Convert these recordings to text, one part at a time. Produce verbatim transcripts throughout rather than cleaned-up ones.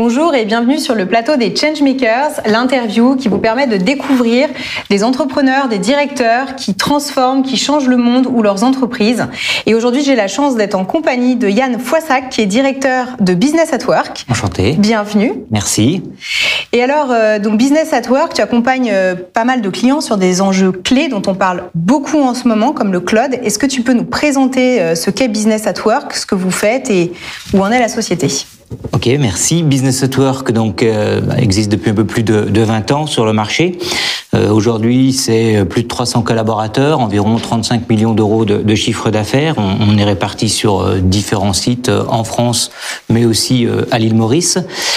Bonjour et bienvenue sur le plateau des Changemakers, l'interview qui vous permet de découvrir des entrepreneurs, des directeurs qui transforment, qui changent le monde ou leurs entreprises. Et aujourd'hui, j'ai la chance d'être en compagnie de Yann Foissac, qui est directeur de Business at Work. Enchanté. Bienvenue. Merci. Et alors, euh, donc Business at Work, tu accompagnes euh, pas mal de clients sur des enjeux clés dont on parle beaucoup en ce moment, comme le cloud. Est-ce que tu peux nous présenter euh, ce qu'est Business at Work, ce que vous faites et où en est la société ? Ok, merci. Business at Work donc euh, existe depuis un peu plus de, de vingt ans sur le marché. Euh, aujourd'hui, c'est plus de trois cents collaborateurs, environ trente-cinq millions d'euros de, de chiffre d'affaires. On, on est répartis sur euh, différents sites euh, en France, mais aussi euh, à l'île Maurice.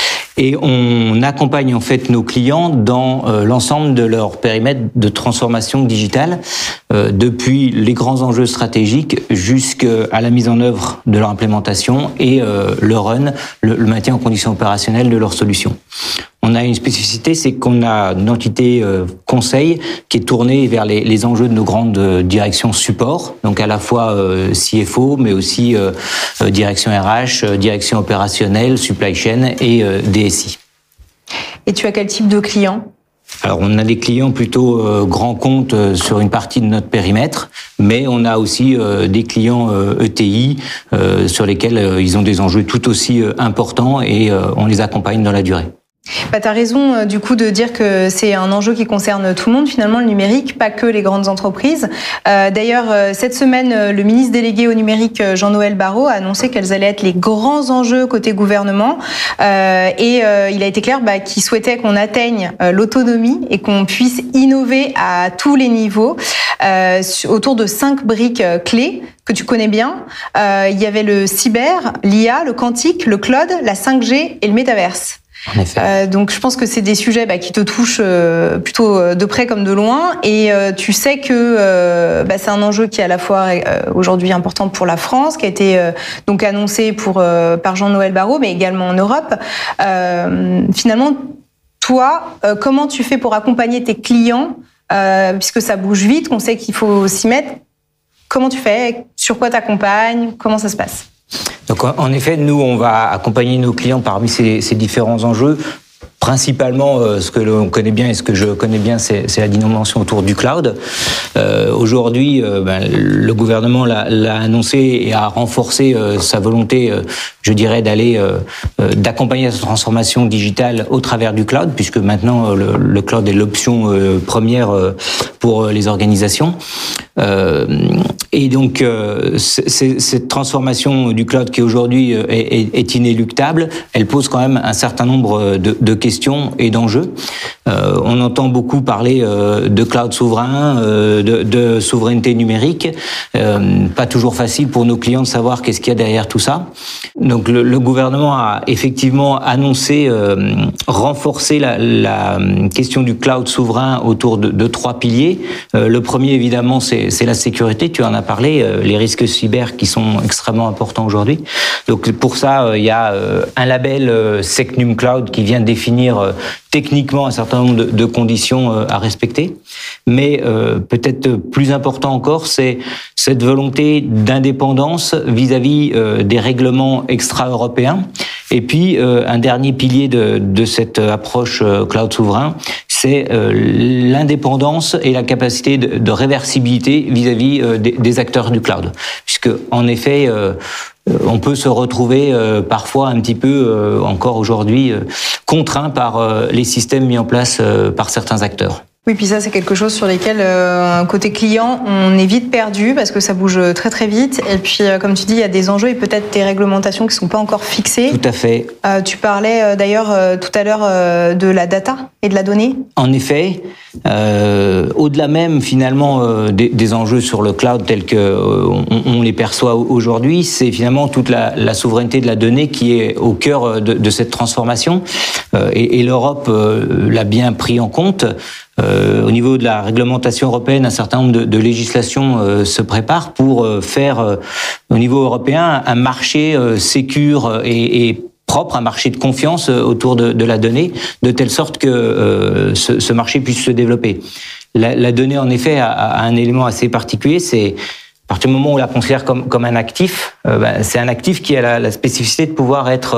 Et on accompagne en fait nos clients dans euh, l'ensemble de leur périmètre de transformation digitale, euh, depuis les grands enjeux stratégiques jusqu'à la mise en œuvre de leur implémentation et euh, le run, le, le maintien en condition opérationnelle de leurs solutions. On a une spécificité, c'est qu'on a une entité euh, conseil qui est tournée vers les, les enjeux de nos grandes euh, directions support, donc à la fois euh, C F O, mais aussi euh, euh, direction R H, euh, direction opérationnelle, supply chain et euh, D S I. Et tu as quel type de clients ? Alors, on a des clients plutôt euh, grands comptes euh, sur une partie de notre périmètre, mais on a aussi euh, des clients euh, E T I euh, sur lesquels euh, ils ont des enjeux tout aussi euh, importants et euh, on les accompagne dans la durée. Bah, tu as raison du coup de dire que c'est un enjeu qui concerne tout le monde, finalement le numérique, pas que les grandes entreprises. Euh, d'ailleurs, cette semaine, le ministre délégué au numérique Jean-Noël Barrot a annoncé quels allaient être les grands enjeux côté gouvernement euh, et euh, il a été clair bah, qu'il souhaitait qu'on atteigne euh, l'autonomie et qu'on puisse innover à tous les niveaux euh, autour de cinq briques euh, clés que tu connais bien. Euh, il y avait le cyber, l'I A, le quantique, le cloud, la cinq G et le métaverse. En effet. Euh, donc je pense que c'est des sujets bah, qui te touchent euh, plutôt de près comme de loin et euh, tu sais que euh, bah, c'est un enjeu qui est à la fois euh, aujourd'hui important pour la France, qui a été euh, donc annoncé pour, euh, par Jean-Noël Barrot, mais également en Europe. Euh, finalement, toi, euh, comment tu fais pour accompagner tes clients euh, puisque ça bouge vite, qu'on sait qu'il faut s'y mettre. Comment tu fais ? Sur quoi t'accompagnes ? Comment ça se passe ? Donc, en effet, nous, on va accompagner nos clients parmi ces, ces différents enjeux. Principalement, euh, ce que l'on connaît bien et ce que je connais bien, c'est, c'est la dimension autour du cloud. Euh, aujourd'hui, euh, ben, le gouvernement l'a, l'a annoncé et a renforcé euh, sa volonté, euh, je dirais, d'aller euh, euh, d'accompagner cette transformation digitale au travers du cloud, puisque maintenant euh, le, le cloud est l'option euh, première euh, pour les organisations. Euh, et donc, euh, c'est, cette transformation du cloud qui aujourd'hui est, est, est inéluctable, elle pose quand même un certain nombre de, de questions et d'enjeux. Euh, on entend beaucoup parler euh, de cloud souverain, euh, de, de souveraineté numérique. Euh, pas toujours facile pour nos clients de savoir qu'est-ce qu'il y a derrière tout ça. Donc, le, le gouvernement a effectivement annoncé euh, renforcer la, la question du cloud souverain autour de, de trois piliers. Euh, le premier, évidemment, c'est, c'est la sécurité. Tu en as parlé, euh, les risques cyber qui sont extrêmement importants aujourd'hui. Donc, pour ça, euh, il y a euh, un label euh, Secnum Cloud qui vient définir euh, techniquement un certain nombre de, de conditions euh, à respecter. Mais euh, peut-être plus important encore, c'est cette volonté d'indépendance vis-à-vis euh, des règlements extra-européens. Et puis, euh, un dernier pilier de, de cette approche euh, cloud souverain, c'est euh, l'indépendance et la capacité de, de réversibilité vis-à-vis euh, des, des acteurs du cloud. Puisque, en effet, euh, on peut se retrouver euh, parfois un petit peu, euh, encore aujourd'hui, euh, contraint par euh, les systèmes mis en place euh, par certains acteurs. Oui, puis ça, c'est quelque chose sur lesquels, euh, côté client, on est vite perdu parce que ça bouge très très vite. Et puis, euh, comme tu dis, il y a des enjeux et peut-être des réglementations qui ne sont pas encore fixées. Tout à fait. Euh, tu parlais euh, d'ailleurs euh, tout à l'heure euh, de la data et de la donnée. En effet, euh, au-delà même finalement euh, des, des enjeux sur le cloud tels que euh, on, on les perçoit aujourd'hui, c'est finalement toute la, la souveraineté de la donnée qui est au cœur de, de cette transformation. Euh, et, et l'Europe euh, l'a bien pris en compte. Euh, au niveau de la réglementation européenne, un certain nombre de, de législations euh, se préparent pour euh, faire, euh, au niveau européen, un marché euh, sécure et, et propre, un marché de confiance euh, autour de, de la donnée, de telle sorte que euh, ce, ce marché puisse se développer. La, la donnée, en effet, a, a un élément assez particulier, c'est à partir du moment où on la considère comme, comme un actif, euh, ben, c'est un actif qui a la, la spécificité de pouvoir être euh,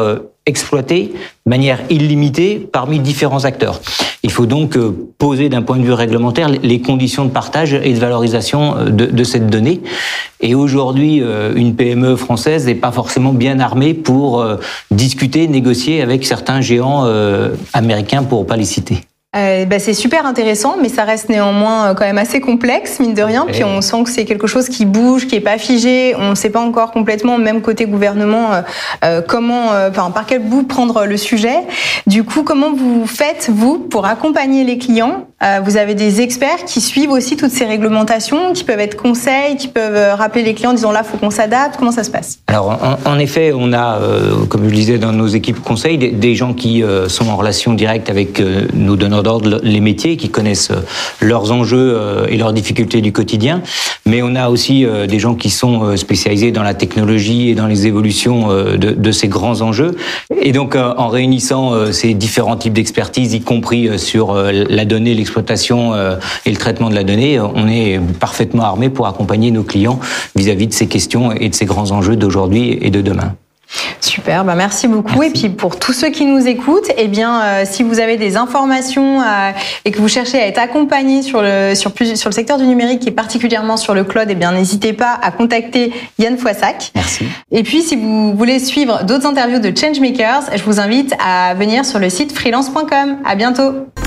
exploité de manière illimitée parmi différents acteurs. Il faut donc poser d'un point de vue réglementaire les conditions de partage et de valorisation de, de cette donnée. Et aujourd'hui, une P M E française n'est pas forcément bien armée pour discuter, négocier avec certains géants américains, pour ne pas les citer. Euh, bah c'est super intéressant, mais ça reste néanmoins quand même assez complexe, mine de rien. Puis on sent que c'est quelque chose qui bouge, qui est pas figé. On ne sait pas encore complètement, même côté gouvernement, euh, comment, euh, enfin, par quel bout prendre le sujet. Du coup, comment vous faites, vous, pour accompagner les clients? euh, Vous avez des experts qui suivent aussi toutes ces réglementations, qui peuvent être conseils, qui peuvent rappeler les clients en disant là, faut qu'on s'adapte. Comment ça se passe? Alors, en, en effet, on a, euh, comme je le disais, dans nos équipes conseils, des, des gens qui euh, sont en relation directe avec euh, nos donneurs d'ordre, les métiers, qui connaissent leurs enjeux et leurs difficultés du quotidien. Mais on a aussi des gens qui sont spécialisés dans la technologie et dans les évolutions de, de ces grands enjeux. Et donc, en réunissant ces différents types d'expertise, y compris sur la donnée, l'exploitation et le traitement de la donnée, on est parfaitement armé pour accompagner nos clients vis-à-vis de ces questions et de ces grands enjeux d'aujourd'hui et de demain. Super, bah merci beaucoup. Merci. Et puis pour tous ceux qui nous écoutent, eh bien, euh, si vous avez des informations euh, et que vous cherchez à être accompagné sur le sur plus sur le secteur du numérique et particulièrement sur le cloud, eh bien, n'hésitez pas à contacter Yann Foissac. Merci. Et puis, si vous voulez suivre d'autres interviews de Changemakers, je vous invite à venir sur le site freelance point com. À bientôt.